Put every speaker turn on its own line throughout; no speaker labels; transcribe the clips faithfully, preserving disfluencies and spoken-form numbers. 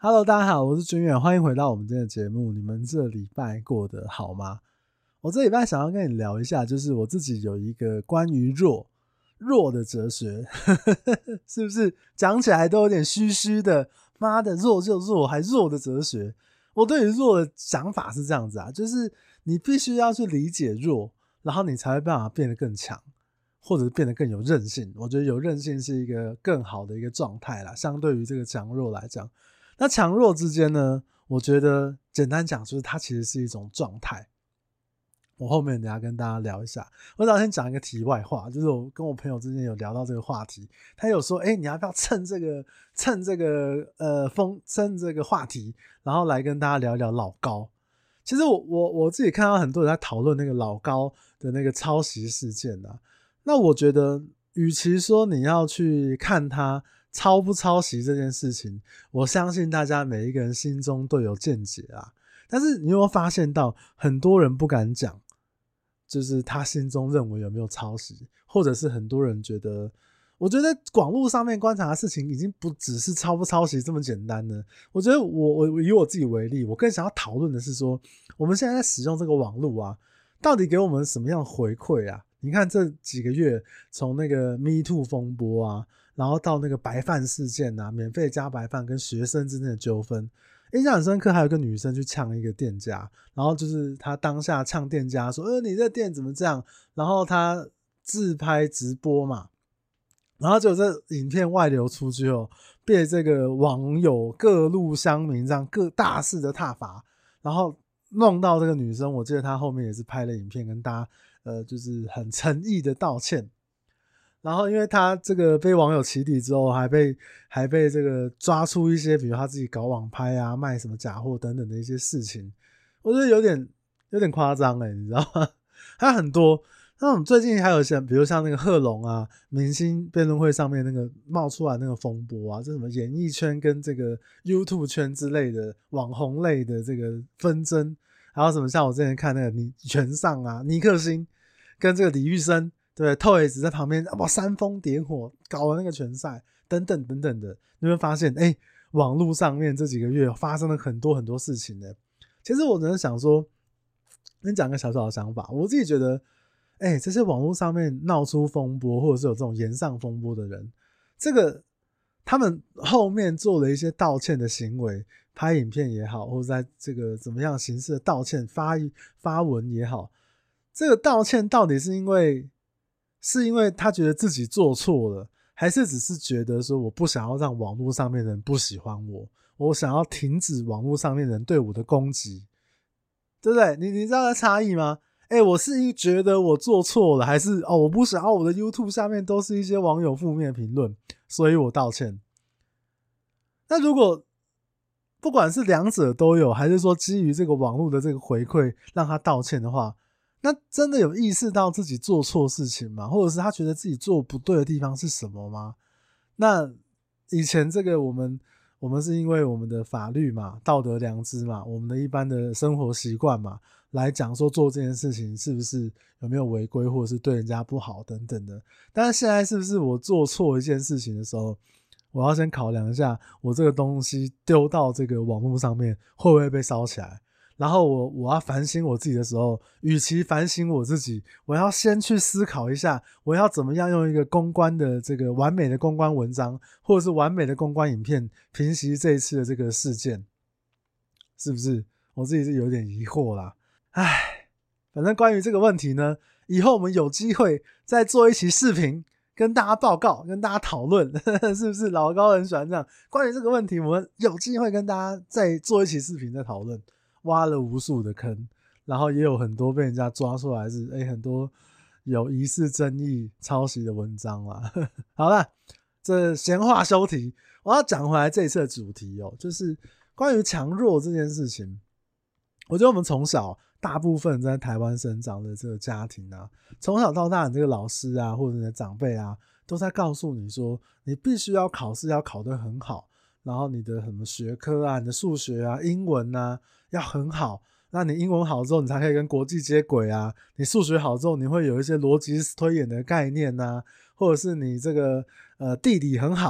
Hello， 大家好，我是君远，欢迎回到我们今天的节目。你们这礼拜过得好吗？我这礼拜想要跟你聊一下，就是我自己有一个关于弱弱的哲学，是不是讲起来都有点虚虚的？妈的，弱就弱，还弱的哲学。我对于弱的想法是这样子啊，就是你必须要去理解弱，然后你才会办法变得更强，或者变得更有韧性。我觉得有韧性是一个更好的一个状态啦，相对于这个强弱来讲。那强弱之间呢，我觉得简单讲就是它其实是一种状态。我后面等一下跟大家聊一下。我想先讲一个题外话，就是我跟我朋友之间有聊到这个话题，他有说，哎、欸，你要不要趁这个趁这个呃风趁这个话题，然后来跟大家聊一聊老高。其实我我我自己看到很多人在讨论那个老高的那个抄袭事件啊，那我觉得，与其说你要去看他抄不抄袭这件事情，我相信大家每一个人心中都有见解啊。但是你有没有发现到，很多人不敢讲，就是他心中认为有没有抄袭，或者是很多人觉得，我觉得网络上面观察的事情已经不只是抄不抄袭这么简单了。我觉得我我以我自己为例，我更想要讨论的是说，我们现在在使用这个网络啊，到底给我们什么样的回馈啊？你看这几个月，从那个 Me Too 风波啊，然后到那个白饭事件啊，免费加白饭跟学生之间的纠纷，印象很深刻。还有一个女生去呛一个店家，然后就是她当下呛店家说：“呃，你这店怎么这样？”然后她自拍直播嘛，然后结果这影片外流出去后，被这个网友各路乡民这样各大肆的挞伐，然后弄到这个女生，我记得她后面也是拍了影片跟大家。呃，就是很诚意的道歉，然后因为他这个被网友起底之后，还被还被这个抓出一些，比如他自己搞网拍啊、卖什么假货等等的一些事情，我觉得有点有点夸张哎，你知道吗？还有很多，那种最近还有像，比如像那个贺龙啊，明星辩论会上面那个冒出来那个风波啊，这什么演艺圈跟这个 YouTube 圈之类的网红类的这个纷争。还有什么像我之前看那个拳上啊，尼克星跟这个李玉生，对 Toys 在旁边哇煽风点火搞了那个拳赛等等等等的，你会发现哎、欸，网络上面这几个月发生了很多很多事情呢。其实我只是想说，跟你讲个小小的想法，我自己觉得，哎、欸，这些网络上面闹出风波或者是有这种延上风波的人，这个他们后面做了一些道歉的行为。拍影片也好，或者在这个怎么样形式的道歉 发, 发文也好，这个道歉到底是因为是因为他觉得自己做错了，还是只是觉得说我不想要让网络上面的人不喜欢我，我想要停止网络上面的人对我的攻击，对不对？你你知道的差异吗？欸，我是觉得我做错了，还是哦我不想要我的 YouTube 下面都是一些网友负面评论，所以我道歉。那如果不管是两者都有，还是说基于这个网络的这个回馈让他道歉的话，那真的有意识到自己做错事情吗？或者是他觉得自己做不对的地方是什么吗？那以前这个我们我们是因为我们的法律嘛、道德良知嘛、我们的一般的生活习惯嘛，来讲说做这件事情是不是有没有违规，或者是对人家不好等等的。但是现在是不是我做错一件事情的时候，我要先考量一下，我这个东西丢到这个网络上面会不会被烧起来？然后我我要反省我自己的时候，与其反省我自己，我要先去思考一下，我要怎么样用一个公关的这个完美的公关文章，或者是完美的公关影片，平息这一次的这个事件，是不是？我自己是有点疑惑啦。唉，反正关于这个问题呢，以后我们有机会再做一期视频。跟大家报告，跟大家讨论，是不是老高很喜欢这样？关于这个问题，我们有机会跟大家再做一期视频再讨论。挖了无数的坑，然后也有很多被人家抓出来是，欸，很多有疑似争议抄袭的文章啦。好啦，这闲话休题，我要讲回来这一次的主题哦，就是关于强弱这件事情。我觉得我们从小大部分在台湾生长的这个家庭啊，从小到大你这个老师啊或者你的长辈啊都在告诉你说，你必须要考试要考得很好，然后你的什么学科啊，你的数学啊、英文啊要很好，那你英文好之后你才可以跟国际接轨啊，你数学好之后你会有一些逻辑推演的概念啊，或者是你这个呃地理很好，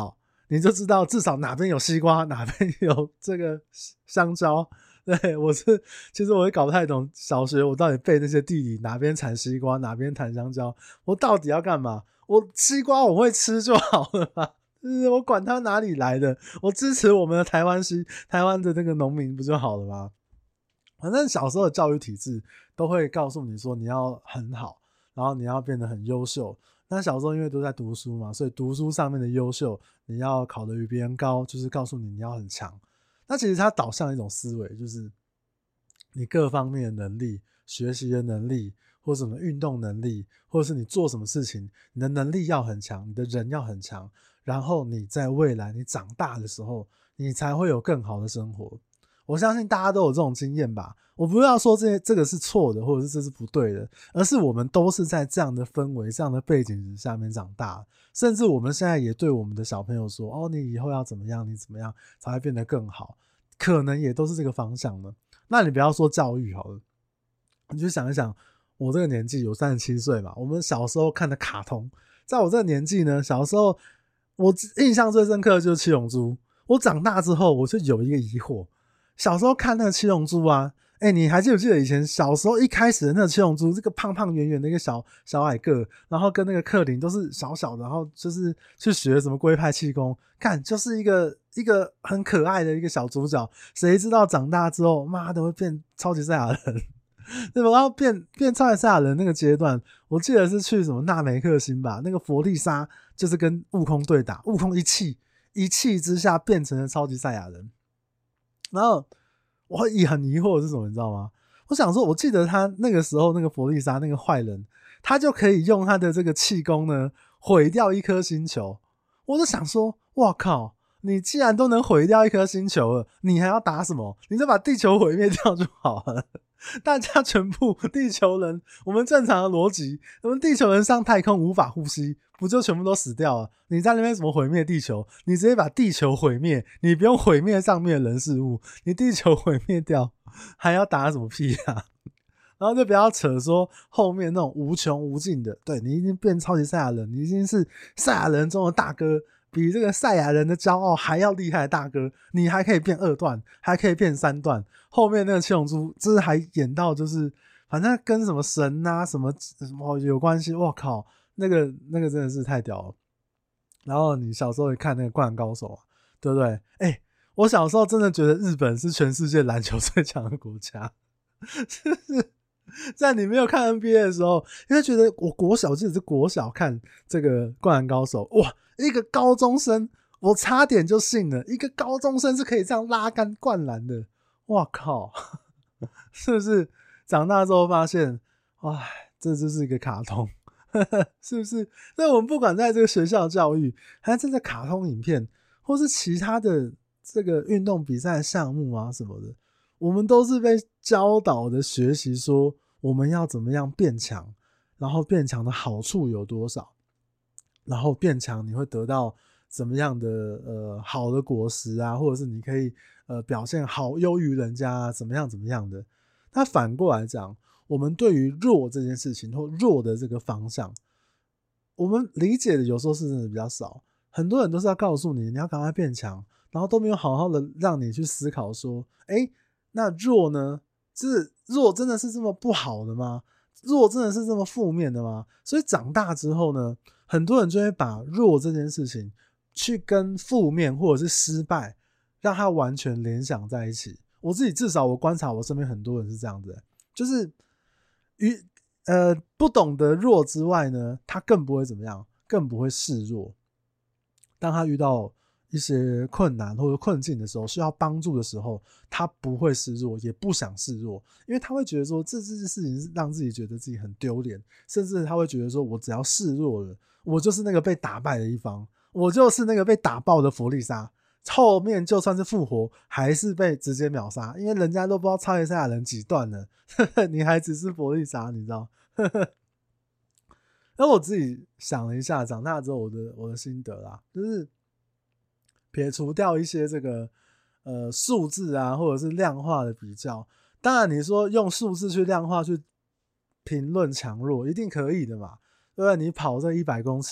你就知道至少哪边有西瓜，哪边有这个香蕉。对，我是其实我也搞不太懂，小学我到底背那些地理，哪边产西瓜，哪边产香蕉，我到底要干嘛？我西瓜我会吃就好了嘛，就是我管它哪里来的，我支持我们的台湾西台湾的那个农民不就好了吗？反正小时候的教育体制都会告诉你说你要很好，然后你要变得很优秀。那小时候因为都在读书嘛，所以读书上面的优秀，你要考得比别人高，就是告诉你你要很强。那其实它导向一种思维，就是你各方面的能力，学习的能力，或什么运动能力，或者是你做什么事情，你的能力要很强，你的人要很强，然后你在未来你长大的时候，你才会有更好的生活。我相信大家都有这种经验吧，我不要说这这个是错的，或者是这是不对的，而是我们都是在这样的氛围、这样的背景下面长大，甚至我们现在也对我们的小朋友说，哦，你以后要怎么样，你怎么样才会变得更好，可能也都是这个方向的。那你不要说教育好了，你就想一想，我这个年纪有三十七岁嘛，我们小时候看的卡通，在我这个年纪呢，小时候我印象最深刻的就是七龙珠。我长大之后我就有一个疑惑，小时候看那个七龙珠啊，哎、欸，你还记不记得以前小时候一开始的那个七龙珠，这个胖胖圆圆的一个小小矮个，然后跟那个克林都是小小的，然后就是去学什么龟派气功，看就是一个一个很可爱的一个小主角，谁知道长大之后，妈的会变超级赛亚人，对吧？然后变变超级赛亚人那个阶段，我记得是去什么纳美克星吧，那个佛利莎就是跟悟空对打，悟空一气一气之下变成了超级赛亚人，然后我也很疑惑的是什么，你知道吗？我想说，我记得他那个时候那个佛利莎那个坏人，他就可以用他的这个气功呢毁掉一颗星球。我就想说，哇靠！你既然都能毁掉一颗星球了，你还要打什么？你就把地球毁灭掉就好了。大家全部地球人，我们正常的逻辑，我们地球人上太空无法呼吸，不就全部都死掉了？你在那边怎么毁灭地球？你直接把地球毁灭，你不用毁灭上面的人事物，你地球毁灭掉，还要打什么屁啊？然后就不要扯说后面那种无穷无尽的，对，你已经变超级赛亚人，你已经是赛亚人中的大哥，比这个赛亚人的骄傲还要厉害的大哥，你还可以变二段，还可以变三段。后面那个七龙珠，就是还演到就是反正跟什么神啊什么什么有关系，我靠，那个那个真的是太屌了。然后你小时候也看那个灌篮高手啊，对不对？哎、欸，我小时候真的觉得日本是全世界篮球最强的国家，就是在你没有看 N B A 的时候，因为觉得我国小记得是国小看这个灌篮高手，哇，一个高中生，我差点就信了，一个高中生是可以这样拉杆灌篮的，哇靠，是不是？长大之后发现，哇，这就是一个卡通，是不是？所以我们不管在这个学校教育，还是在卡通影片，或是其他的这个运动比赛项目啊什么的，我们都是被教导的学习说我们要怎么样变强，然后变强的好处有多少，然后变强你会得到怎么样的呃好的果实啊，或者是你可以呃表现好优于人家啊，怎么样怎么样的。那反过来讲，我们对于弱这件事情或弱的这个方向，我们理解的有时候是真的比较少，很多人都是要告诉你你要赶快变强，然后都没有好好的让你去思考说，诶，那弱呢？是弱真的是这么不好的吗？弱真的是这么负面的吗？所以长大之后呢，很多人就会把弱这件事情去跟负面或者是失败让它完全联想在一起。我自己至少我观察我身边很多人是这样子的，就是于呃不懂得弱之外呢，他更不会怎么样，更不会示弱。当他遇到一些困难或者困境的时候，需要帮助的时候，他不会示弱，也不想示弱，因为他会觉得说这这件事情是让自己觉得自己很丢脸，甚至他会觉得说我只要示弱了，我就是那个被打败的一方，我就是那个被打爆的弗利莎，后面就算是复活还是被直接秒杀，因为人家都不知道超级赛亚人几段了，你还只是弗利莎，你知道。那我自己想了一下，长大之后我的我的心得啦，就是撇除掉一些这个呃数字啊或者是量化的比较，当然你说用数字去量化去评论强弱一定可以的嘛，对不对？你跑这一百公尺，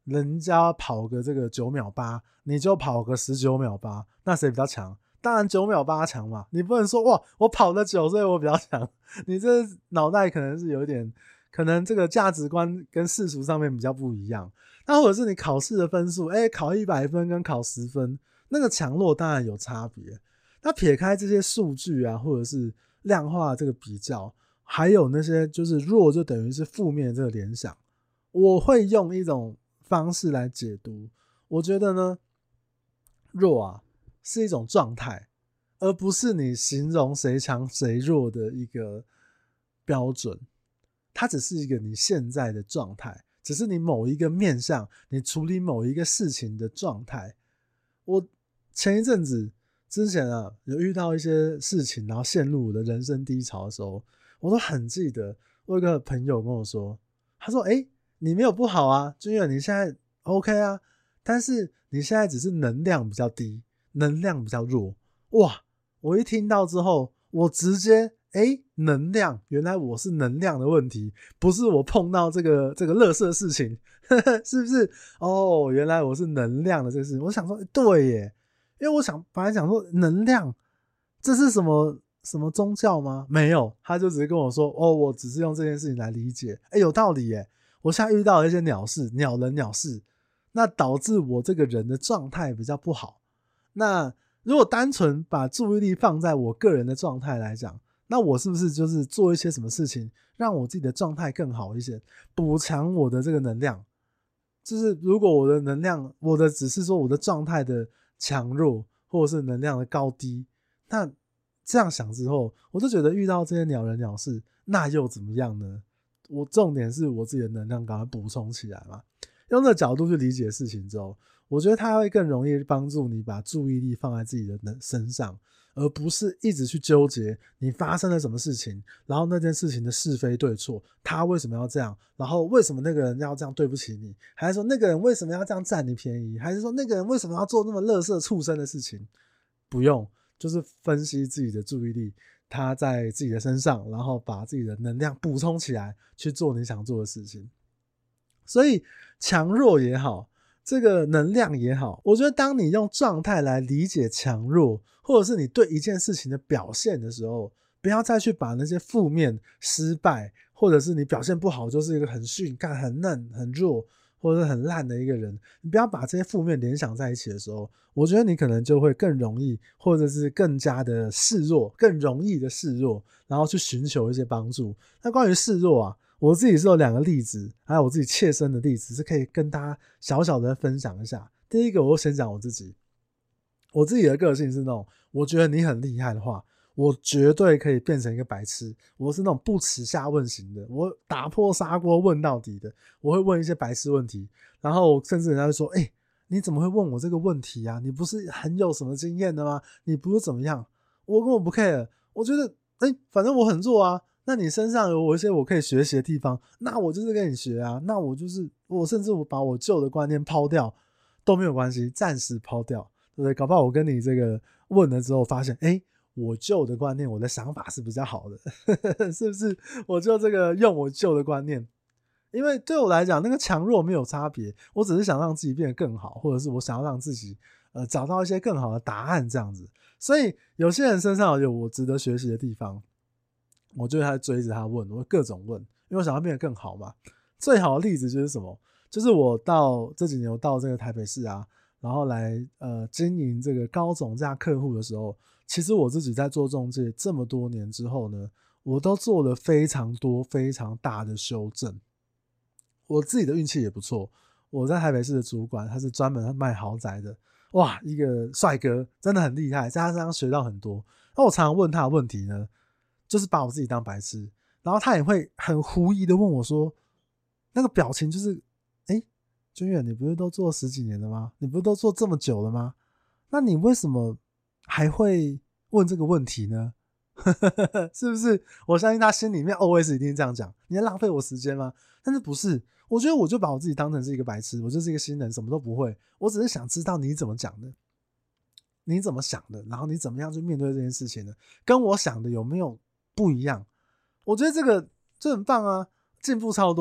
人家跑个这个九秒八，你就跑个十九秒八，那谁比较强？当然九秒八强嘛，你不能说哇我跑了久所以我比较强，你这脑袋可能是有点，可能这个价值观跟世俗上面比较不一样。那或者是你考试的分数，哎，考一百分跟考十分，那个强弱当然有差别。那撇开这些数据啊，或者是量化这个比较，还有那些就是弱就等于是负面的这个联想，我会用一种方式来解读。我觉得呢，弱啊是一种状态，而不是你形容谁强谁弱的一个标准。它只是一个你现在的状态，只是你某一个面向，你处理某一个事情的状态。我前一阵子之前啊，有遇到一些事情，然后陷入我的人生低潮的时候，我都很记得。我有一个朋友跟我说，他说：“哎、欸，你没有不好啊，君远，你现在 OK 啊，但是你现在只是能量比较低，能量比较弱。”哇！我一听到之后，我直接哎、欸，能量，原来我是能量的问题，不是我碰到这个这个垃圾事情，呵呵，是不是？哦，原来我是能量的这个事情。我想说，对耶，因为我想本来想说能量，这是什么什么宗教吗？没有，他就只是跟我说，哦，我只是用这件事情来理解，哎，有道理耶。我现在遇到了一些鸟事，鸟人鸟事，那导致我这个人的状态比较不好。那如果单纯把注意力放在我个人的状态来讲，那我是不是就是做一些什么事情让我自己的状态更好一些，补强我的这个能量？就是如果我的能量，我的只是说我的状态的强弱，或者是能量的高低，那这样想之后，我就觉得遇到这些鸟人鸟事，那又怎么样呢？我重点是我自己的能量赶快补充起来嘛。用这个角度去理解事情之后，我觉得它会更容易帮助你把注意力放在自己的身上，而不是一直去纠结你发生了什么事情，然后那件事情的是非对错，他为什么要这样，然后为什么那个人要这样对不起你，还是说那个人为什么要这样占你便宜，还是说那个人为什么要做那么垃圾畜生的事情。不用，就是分析自己的注意力，他在自己的身上，然后把自己的能量补充起来，去做你想做的事情。所以强弱也好，这个能量也好，我觉得当你用状态来理解强弱，或者是你对一件事情的表现的时候，不要再去把那些负面、失败，或者是你表现不好就是一个很逊、干很嫩、很弱，或者是很烂的一个人，你不要把这些负面联想在一起的时候，我觉得你可能就会更容易，或者是更加的示弱，更容易的示弱，然后去寻求一些帮助。那关于示弱啊，我自己是有两个例子，还有我自己切身的例子，是可以跟大家小小的分享一下。第一个，我先讲我自己，我自己的个性是那种，我觉得你很厉害的话，我绝对可以变成一个白痴。我是那种不耻下问型的，我打破砂锅问到底的，我会问一些白痴问题，然后甚至人家会说，哎、欸，你怎么会问我这个问题啊？你不是很有什么经验的吗？你不是怎么样？我根本不 care， 我觉得，哎、欸，反正我很弱啊。那你身上有我一些我可以学习的地方，那我就是跟你学啊，那我就是我甚至我把我旧的观念抛掉都没有关系，暂时抛掉，对不对？搞不好我跟你这个问了之后发现，哎，我旧的观念，我的想法是比较好的，呵呵，是不是？我就这个用我旧的观念，因为对我来讲，那个强弱没有差别，我只是想让自己变得更好，或者是我想要让自己呃找到一些更好的答案这样子。所以有些人身上有我值得学习的地方，我就在追着他问，我会各种问，因为我想要变得更好嘛。最好的例子就是什么？就是我到这几年我到这个台北市啊，然后来呃经营这个高总价客户的时候，其实我自己在做中介这么多年之后呢，我都做了非常多非常大的修正。我自己的运气也不错，我在台北市的主管他是专门卖豪宅的，哇，一个帅哥，真的很厉害，在他身上学到很多。那我常常问他的问题呢，就是把我自己当白痴，然后他也会很狐疑的问我说，那个表情就是，哎，君远，你不是都做十几年了吗？你不是都做这么久了吗？那你为什么还会问这个问题呢？是不是？我相信他心里面 always 一定这样讲，你在浪费我时间吗？但是不是？我觉得我就把我自己当成是一个白痴，我就是一个新人，什么都不会，我只是想知道你怎么讲的，你怎么想的，然后你怎么样去面对这件事情的，跟我想的有没有不一样？我觉得这个这很棒啊，进步超多的耶。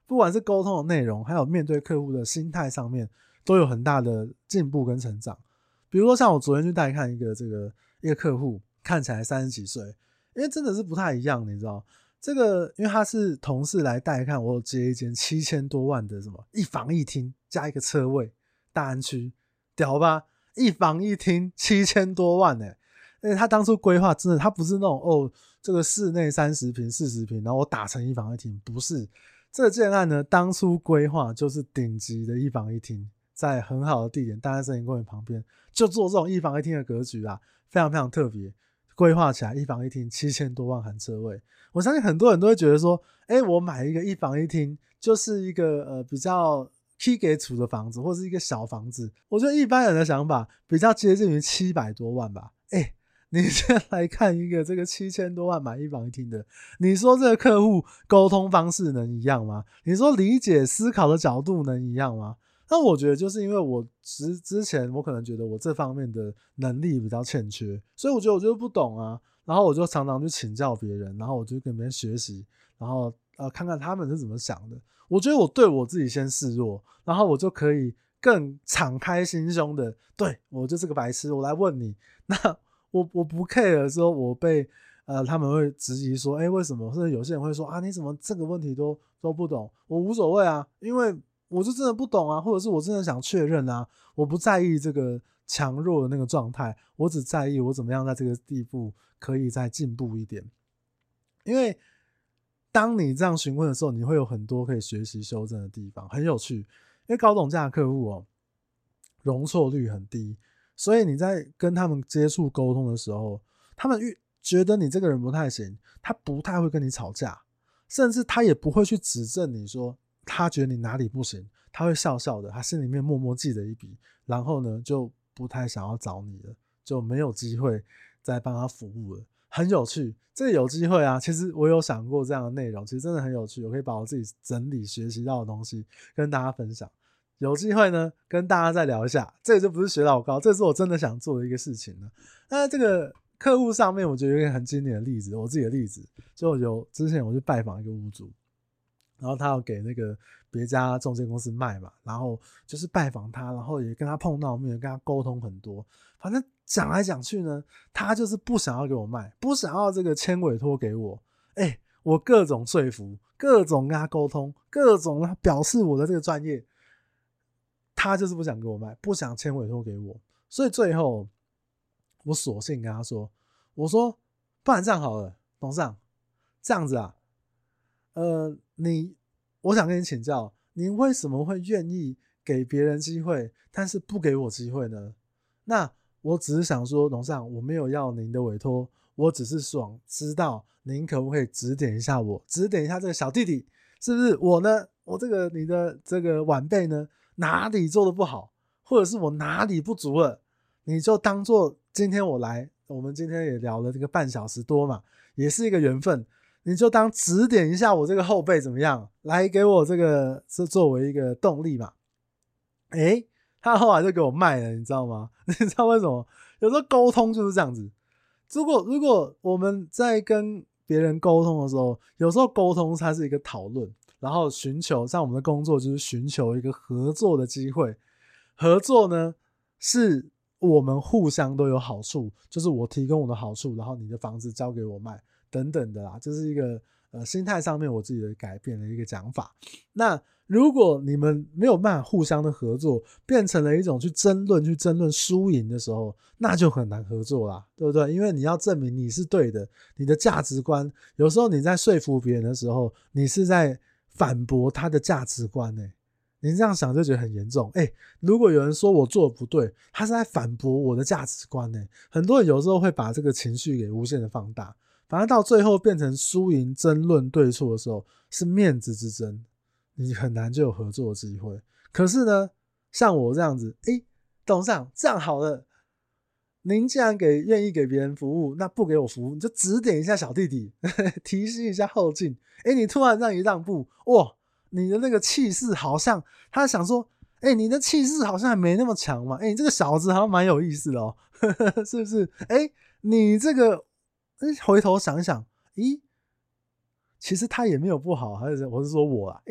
不管是沟通的内容，还有面对客户的心态上面，都有很大的进步跟成长。比如说像我昨天去带看一个这个一个客户，看起来三十几岁，因为真的是不太一样，你知道这个，因为他是同事来带看，我有接一间七千多万的什么一房一厅加一个车位，大安区，屌吧？一房一厅七千多万哎、欸！而且他当初规划真的，他不是那种哦，这个室内三十坪、四十坪，然后我打成一房一厅，不是。这个建案呢，当初规划就是顶级的一房一厅，在很好的地点，大安森林公园旁边，就做这种一房一厅的格局啊，非常非常特别。规划起来一房一厅七千多万含车位，我相信很多人都会觉得说，哎、欸，我买一个一房一厅就是一个呃比较起给处的房子，或是一个小房子。我觉得一般人的想法比较接近于七百多万吧。哎、欸，你现在来看一个这个七千多万买一房一厅的，你说这个客户沟通方式能一样吗？你说理解思考的角度能一样吗？那我觉得就是因为我之之前我可能觉得我这方面的能力比较欠缺，所以我觉得我就不懂啊，然后我就常常去请教别人，然后我就跟别人学习，然后呃看看他们是怎么想的。我觉得我对我自己先示弱，然后我就可以更敞开心胸的，对，我就是个白痴，我来问你，那我我不 care 的时候，我被呃他们会质疑说，哎、欸，为什么？或者有些人会说啊，你怎么这个问题都都不懂？我无所谓啊，因为我就真的不懂啊，或者是我真的想确认啊，我不在意这个强弱的那个状态，我只在意我怎么样在这个地步可以再进步一点。因为当你这样询问的时候，你会有很多可以学习修正的地方，很有趣。因为高总价的客户哦，容错率很低，所以你在跟他们接触沟通的时候，他们觉得你这个人不太行，他不太会跟你吵架，甚至他也不会去指正你说他觉得你哪里不行，他会笑笑的，他心里面默默记了一笔，然后呢就不太想要找你了，就没有机会再帮他服务了。很有趣，这个有机会啊，其实我有想过这样的内容，其实真的很有趣，我可以把我自己整理学习到的东西跟大家分享。有机会呢跟大家再聊一下，这个就不是学老高，这是我真的想做的一个事情了。那这个客户上面我觉得有一个很经典的例子，我自己的例子，就有之前我去拜访一个屋主，然后他要给那个别家中介公司卖嘛，然后就是拜访他，然后也跟他碰到面，跟他沟通很多，反正讲来讲去呢，他就是不想要给我卖，不想要这个签委托给我。哎、欸，我各种说服，各种跟他沟通，各种表示我的这个专业，他就是不想给我卖，不想签委托给我。所以最后我索性跟他说，我说不然这样好了，董事长，这样子啊，呃，你，我想跟你请教，你为什么会愿意给别人机会，但是不给我机会呢？那我只是想说，董事长，我没有要您的委托，我只是想知道您可不可以指点一下我，指点一下这个小弟弟，是不是我呢？我这个你的这个晚辈呢，哪里做的不好，或者是我哪里不足了，你就当做今天我来，我们今天也聊了这个半小时多嘛，也是一个缘分。你就当指点一下我这个后辈怎么样，来给我这个是作为一个动力嘛。诶，他后来就给我卖了，你知道吗？你知道为什么？有时候沟通就是这样子。如果如果我们在跟别人沟通的时候，有时候沟通它是一个讨论，然后寻求，像我们的工作就是寻求一个合作的机会。合作呢，是我们互相都有好处，就是我提供我的好处，然后你的房子交给我卖。等等的啦，这是一个呃心态上面我自己的改变的一个讲法。那如果你们没有办法互相的合作，变成了一种去争论、去争论输赢的时候，那就很难合作啦，对不对？因为你要证明你是对的，你的价值观，有时候你在说服别人的时候，你是在反驳他的价值观欸。你这样想就觉得很严重。欸，如果有人说我做的不对，他是在反驳我的价值观欸。很多人有时候会把这个情绪给无限的放大。反正到最后变成输赢争论对错的时候，是面子之争，你很难就有合作的机会。可是呢，像我这样子，诶，董事长，这样好了，您既然给愿意给别人服务，那不给我服务，你就指点一下小弟弟，提醒一下后进。诶，你突然这样一让步，哇，你的那个气势好像，他想说，诶，你的气势好像还没那么强嘛，诶，你这个小子好像蛮有意思的哦，是不是？诶，你这个。回头想想，咦，其实他也没有不好，还是我是说我啦，诶，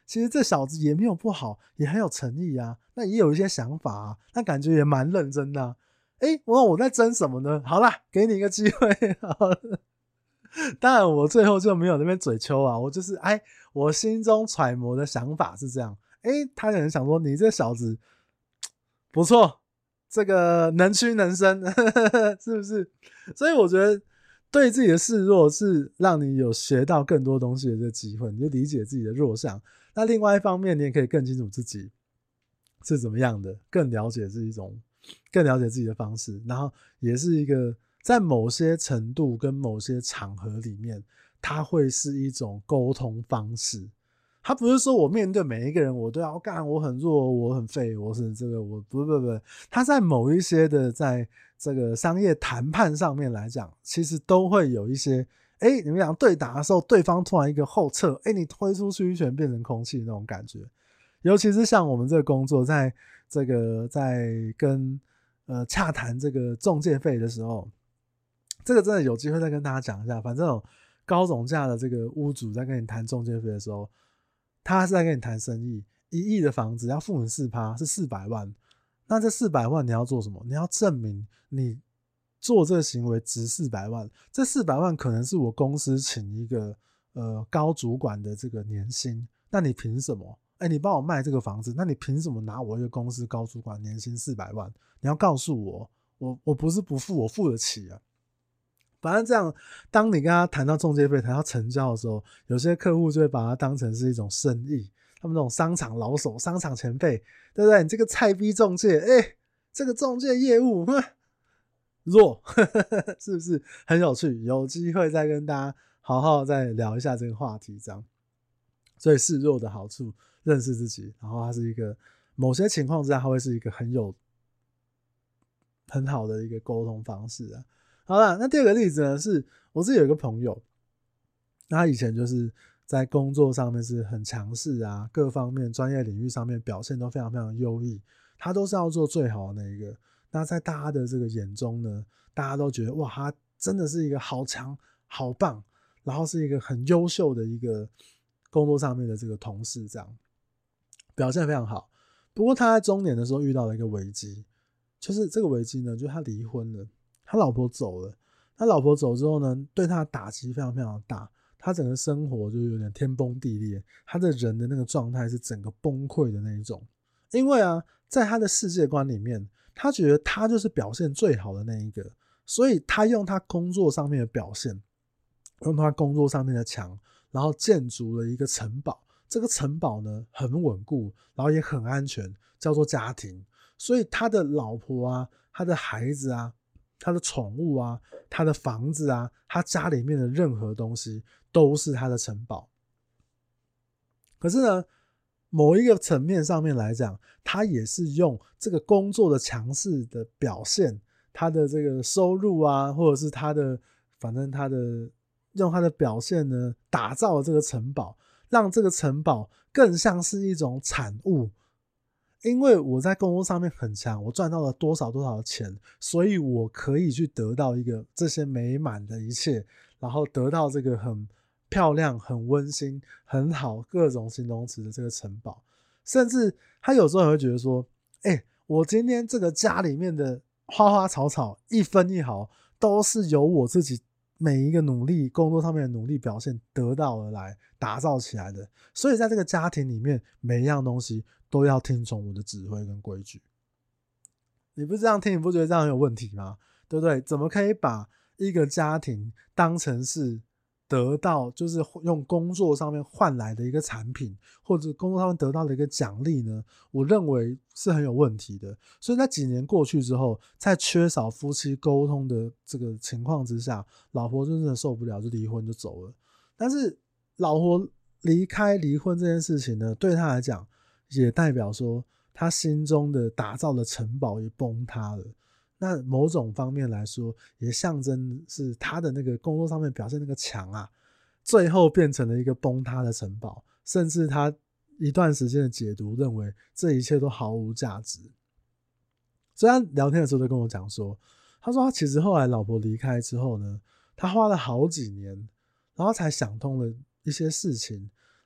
其实这小子也没有不好，也很有诚意啊，那也有一些想法啊，那感觉也蛮认真的啊。诶，我我在争什么呢？好啦，给你一个机会。好了，当然我最后就没有那边嘴秋啊，我就是哎，我心中揣摩的想法是这样。诶，他可能想说你这小子不错，这个能屈能伸，是不是？所以我觉得对自己的示弱是让你有学到更多东西的这个机会，你就理解自己的弱项。那另外一方面，你也可以更清楚自己是怎么样的，更了解自己一种，更了解自己的方式，然后也是一个在某些程度跟某些场合里面，它会是一种沟通方式。他不是说我面对每一个人我都要干，我很弱，我很废，我是这个，我不不不，他在某一些的在这个商业谈判上面来讲，其实都会有一些，哎，你们俩对打的时候，对方突然一个后撤，哎，你推出去一拳变成空气那种感觉。尤其是像我们这个工作，在这个在跟呃洽谈这个中介费的时候，这个真的有机会再跟大家讲一下。反正有高总价的这个屋主在跟你谈中介费的时候，他是在跟你谈生意，一亿的房子要付你 百分之四 是四百万，那这四百万你要做什么？你要证明你做这个行为值四百万，这四百万可能是我公司请一个呃高主管的这个年薪，那你凭什么？哎、欸，你帮我卖这个房子，那你凭什么拿我一个公司高主管年薪四百万？你要告诉我，我我不是不付，我付得起啊。反正这样，当你跟他谈到中介费、谈到成交的时候，有些客户就会把它当成是一种生意，他们那种商场老手、商场前辈，对不对？你这个菜逼中介，哎、欸，这个中介业务弱，是不是很有趣？有机会再跟大家好好再聊一下这个话题，这样。所以示弱的好处，认识自己，然后它是一个某些情况之下，它会是一个很有很好的一个沟通方式啊。好了，那第二个例子呢，是我自己有一个朋友，他以前就是在工作上面是很强势啊，各方面专业领域上面表现都非常非常优异，他都是要做最好的那一个。那在大家的这个眼中呢，大家都觉得哇，他真的是一个好强、好棒，然后是一个很优秀的一个工作上面的这个同事，这样表现非常好。不过他在中年的时候遇到了一个危机，就是这个危机呢，就是他离婚了，他老婆走了。他老婆走之后呢，对他的打击非常非常的大，他整个生活就有点天崩地裂，他的人的那个状态是整个崩溃的那一种。因为啊，在他的世界观里面，他觉得他就是表现最好的那一个，所以他用他工作上面的表现，用他工作上面的强，然后建筑了一个城堡。这个城堡呢很稳固，然后也很安全，叫做家庭。所以他的老婆啊，他的孩子啊，他的宠物啊，他的房子啊，他家里面的任何东西都是他的城堡。可是呢，某一个层面上面来讲，他也是用这个工作的强势的表现，他的这个收入啊，或者是他的，反正他的用他的表现呢，打造了这个城堡，让这个城堡更像是一种产物。因为我在工作上面很强，我赚到了多少多少的钱，所以我可以去得到一个这些美满的一切，然后得到这个很漂亮、很温馨、很好各种形容词的这个城堡。甚至他有时候也会觉得说，哎、欸，我今天这个家里面的花花草草一分一毫都是由我自己每一个努力工作上面的努力表现得到而来打造起来的，所以在这个家庭里面每一样东西都要听从我的指挥跟规矩。你不是这样听，你不觉得这样很有问题吗？对不对？怎么可以把一个家庭当成是得到就是用工作上面换来的一个产品，或者工作上面得到的一个奖励呢？我认为是很有问题的。所以在几年过去之后，在缺少夫妻沟通的这个情况之下，老婆真的受不了，就离婚就走了。但是老婆离开离婚这件事情呢，对他来讲也代表说他心中的打造的城堡也崩塌了。那某种方面来说，也象征是他的那个工作上面表现那个强啊，最后变成了一个崩塌的城堡，甚至他一段时间的解读认为这一切都毫无价值。所以他聊天的时候就跟我讲说，他说他其实后来老婆离开之后呢，他花了好几年，然后才想通了一些事情，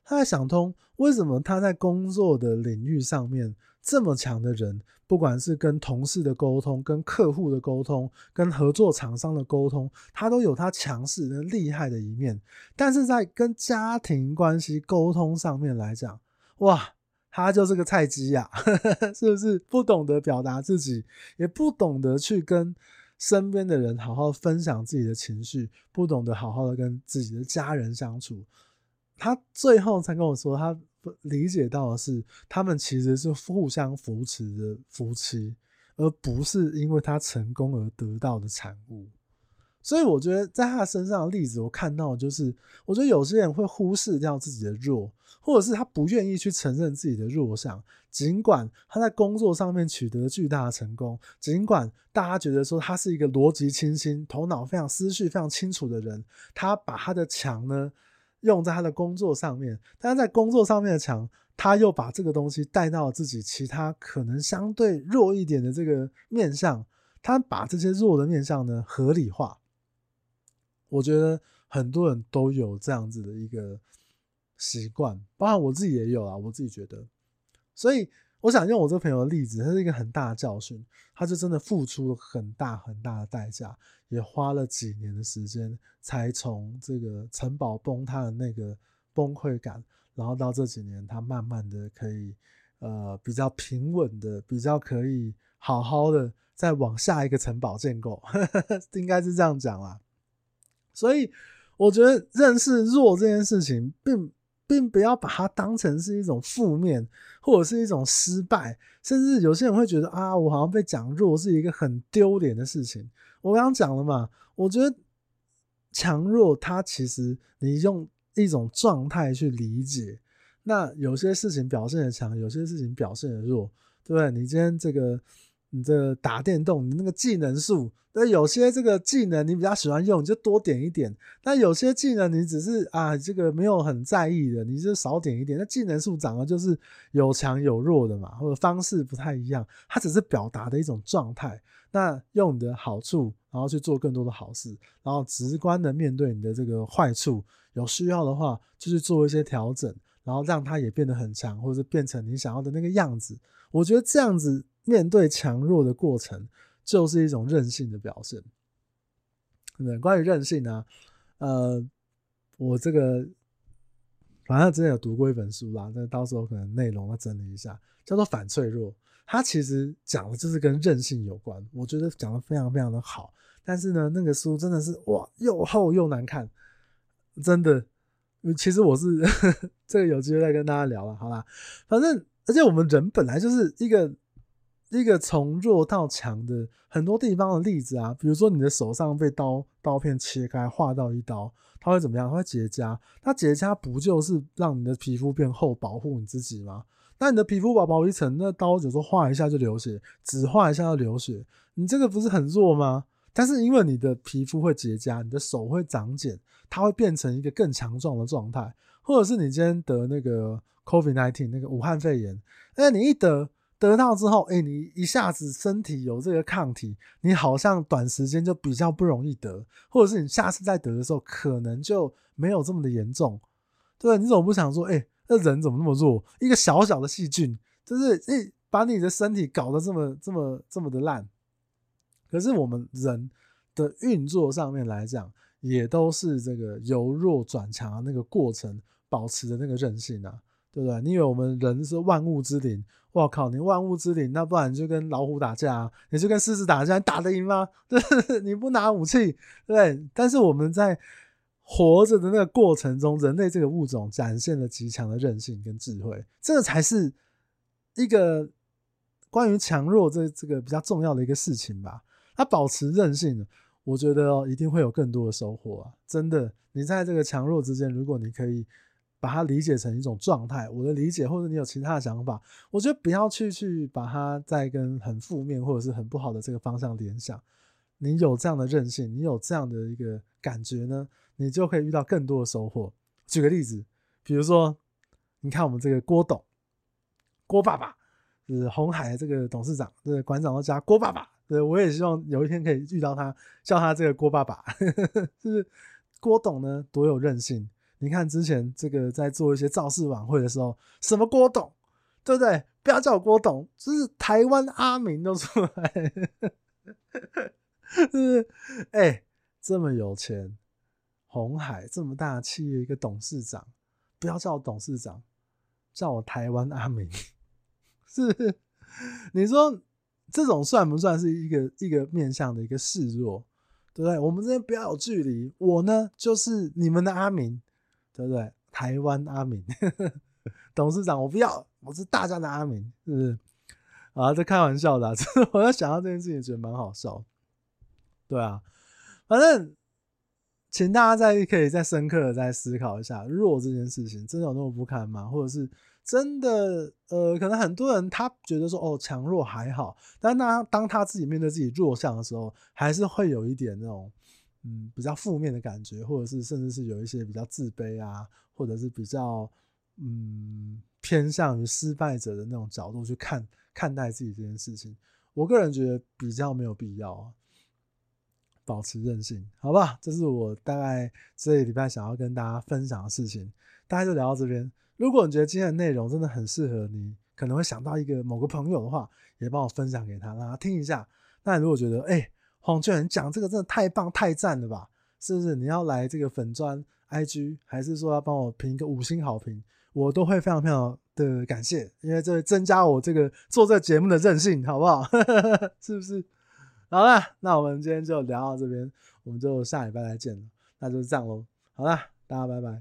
他在想通为什么他在工作的领域上面这么强的人，不管是跟同事的沟通、跟客户的沟通、跟合作厂商的沟通，他都有他强势的厉害的一面。但是在跟家庭关系沟通上面来讲，哇，他就是个菜鸡呀、啊，是不是？不懂得表达自己，也不懂得去跟身边的人好好分享自己的情绪，不懂得好好的跟自己的家人相处。他最后才跟我说，他理解到的是，他们其实是互相扶持的夫妻，而不是因为他成功而得到的产物。所以我觉得在他身上的例子，我看到的就是，我觉得有些人会忽视掉自己的弱，或者是他不愿意去承认自己的弱项，尽管他在工作上面取得巨大的成功，尽管大家觉得说他是一个逻辑清晰、头脑非常思绪非常清楚的人，他把他的强呢用在他的工作上面，但是在工作上面的强，他又把这个东西带到自己其他可能相对弱一点的这个面向，他把这些弱的面向呢合理化。我觉得很多人都有这样子的一个习惯，包括我自己也有啊，我自己觉得。所以我想用我这个朋友的例子，它是一个很大的教训，他就真的付出了很大很大的代价，也花了几年的时间，才从这个城堡崩塌的那个崩溃感，然后到这几年他慢慢的可以呃比较平稳的，比较可以好好的再往下一个城堡建构应该是这样讲啦。所以我觉得认识弱这件事情并并不要把它当成是一种负面，或者是一种失败，甚至有些人会觉得啊，我好像被讲弱是一个很丢脸的事情。我刚刚讲了嘛，我觉得强弱它其实你用一种状态去理解，那有些事情表现的强，有些事情表现的弱，对不对？你今天这个你这个打电动，你那个技能数，对，有些这个技能你比较喜欢用，你就多点一点。那有些技能你只是啊这个没有很在意的，你就少点一点。那技能数长得就是有强有弱的嘛，或者方式不太一样，它只是表达的一种状态。那用你的好处，然后去做更多的好事，然后直观的面对你的这个坏处，有需要的话就去做一些调整，然后让它也变得很强，或者是变成你想要的那个样子。我觉得这样子面对强弱的过程，就是一种韧性的表现。对，关于韧性呢、啊，呃，我这个反正之前有读过一本书啦，那到时候可能内容要整理一下，叫做《反脆弱》。它其实讲的就是跟韧性有关，我觉得讲的非常非常的好。但是呢，那个书真的是哇，又厚又难看，真的。其实我是这个有机会再跟大家聊了，好啦，反正而且我们人本来就是一个一个从弱到强的很多地方的例子啊，比如说你的手上被刀刀片切开，划到一刀，它会怎么样？它会结痂，它结痂不就是让你的皮肤变厚，保护你自己吗？那你的皮肤薄薄一层，那刀有时候划一下就流血，只划一下就流血，你这个不是很弱吗？但是因为你的皮肤会结痂，你的手会长茧，它会变成一个更强壮的状态。或者是你今天得那个 COVID 十九 那个武汉肺炎，哎，你一得得到之后，哎，你一下子身体有这个抗体，你好像短时间就比较不容易得，或者是你下次再得的时候，可能就没有这么的严重。对，你怎么不想说，哎，那人怎么那么弱？一个小小的细菌，就是哎，把你的身体搞得这么这么这么的烂。可是我们人的运作上面来讲，也都是这个由弱转强的那个过程，保持的那个韧性啊，对不对？你以为我们人是万物之灵？哇靠，你万物之灵，那不然你就跟老虎打架啊，你就跟狮子打架，你打得赢吗？对，你不拿武器，对。但是我们在活着的那个过程中，人类这个物种展现了极强的韧性跟智慧，这个才是一个关于强弱这这个比较重要的一个事情吧。它保持韧性，我觉得哦，一定会有更多的收获啊！真的，你在这个强弱之间，如果你可以把它理解成一种状态，我的理解，或者你有其他的想法，我觉得不要去去把它再跟很负面或者是很不好的这个方向联想。你有这样的韧性，你有这样的一个感觉呢，你就可以遇到更多的收获。举个例子，比如说，你看我们这个郭董，郭爸爸，就是鸿海这个董事长，这个馆长都叫郭爸爸。对，我也希望有一天可以遇到他，叫他这个郭爸爸。就是郭董呢，多有韧性。 你看之前这个在做一些造势晚会的时候，什么郭董，对不对？不要叫我郭董，就是台湾阿明都出来，就是哎、欸，这么有钱，鸿海这么大企业一个董事长，不要叫我董事长，叫我台湾阿明，是不是？你说这种算不算是一个一个面向的一个示弱？对不对？我们这边不要有距离，我呢就是你们的阿明，对不对？台湾阿明董事长，我不要，我是大家的阿明，是不是？啊，这开玩笑的、啊，我要想到这件事情，觉得蛮好笑。对啊，反正请大家再可以再深刻的再思考一下，弱这件事情真的有那么不堪吗？或者是真的呃，可能很多人他觉得说哦强弱还好，但他当他自己面对自己弱项的时候，还是会有一点那种嗯比较负面的感觉，或者是甚至是有一些比较自卑啊，或者是比较嗯偏向于失败者的那种角度去看看待自己这件事情。我个人觉得比较没有必要啊。保持韧性，好吧？这是我大概这一礼拜想要跟大家分享的事情，大概就聊到这边。如果你觉得今天的内容真的很适合你，可能会想到一个某个朋友的话，也帮我分享给他，让他听一下。那如果觉得，哎、欸，黄俊讲这个真的太棒太赞了吧？是不是？你要来这个粉专 I G， 还是说要帮我评一个五星好评？我都会非常非常的感谢，因为这会增加我这个做这个节目的韧性，好不好？是不是？好啦，那我们今天就聊到这边，我们就下礼拜再见了，那就是这样咯。好啦，大家拜拜。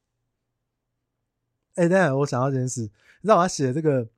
哎、欸，等一下我想到一件事，你知道我要写这个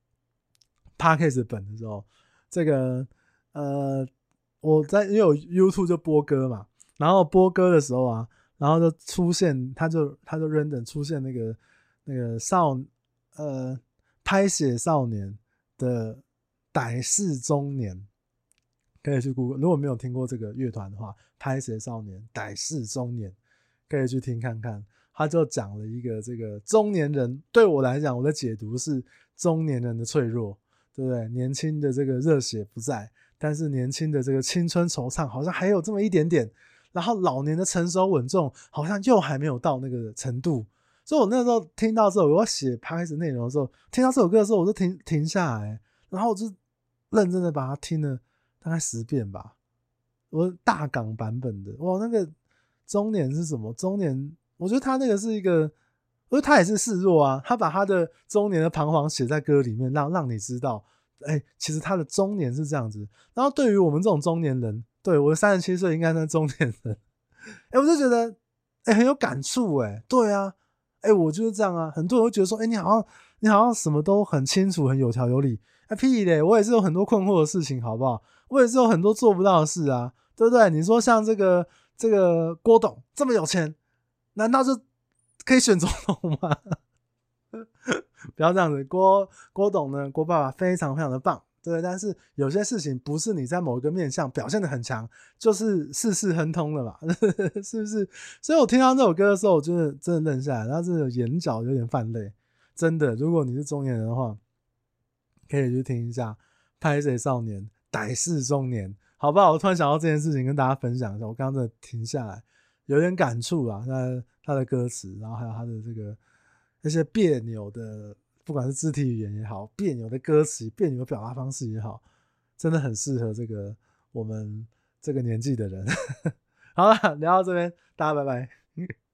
podcast 本的时候，这个呃，我在因为我 YouTube 就播歌嘛，然后播歌的时候啊，然后就出现，他就他就 random 出现那个那个少呃拍写少年的歹事中年。可以去 Google， 如果没有听过这个乐团的话，拍写少年歹事中年，可以去听看看。他就讲了一个这个中年人，对我来讲，我的解读是中年人的脆弱，对不对？年轻的这个热血不在，但是年轻的这个青春惆怅好像还有这么一点点，然后老年的成熟稳重好像又还没有到那个程度。所以我那时候听到之后，我要写 podcast 内容的时候，听到这首歌的时候，我就停停下来，然后我就认真的把它听了大概十遍吧，我大港版本的。哇，那个中年是什么？中年，我觉得他那个是一个，我觉得他也是示弱啊，他把他的中年的彷徨写在歌里面，让让你知道，哎、欸，其实他的中年是这样子。然后对于我们这种中年人，对我三十七岁应该是中年人，哎、欸，我就觉得，哎、欸，很有感触，哎，对啊，哎、欸，我就是这样啊。很多人会觉得说，哎、欸，你好像你好像什么都很清楚，很有条有理。哎、欸，屁嘞，我也是有很多困惑的事情，好不好？我也是有很多做不到的事啊，对不对？你说像这个这个郭董这么有钱，难道就可以选总统吗？不要这样子，郭郭董呢，郭爸爸非常非常的棒，对，但是有些事情不是你在某一个面向表现得很强，就是事事亨通了嘛，是不是？所以我听到这首歌的时候，我真的真的愣下来，然后真的眼角有点泛泪，真的。如果你是中年人的话，可以去听一下《拍谁少年》。歹事中年，好不好？我突然想到这件事情，跟大家分享一下。我刚刚真的停下来，有点感触啊。他他的歌词，然后还有他的这个那些别扭的，不管是肢体语言也好，别扭的歌词、别扭的表达方式也好，真的很适合这个我们这个年纪的人。好了，聊到这边，大家拜拜。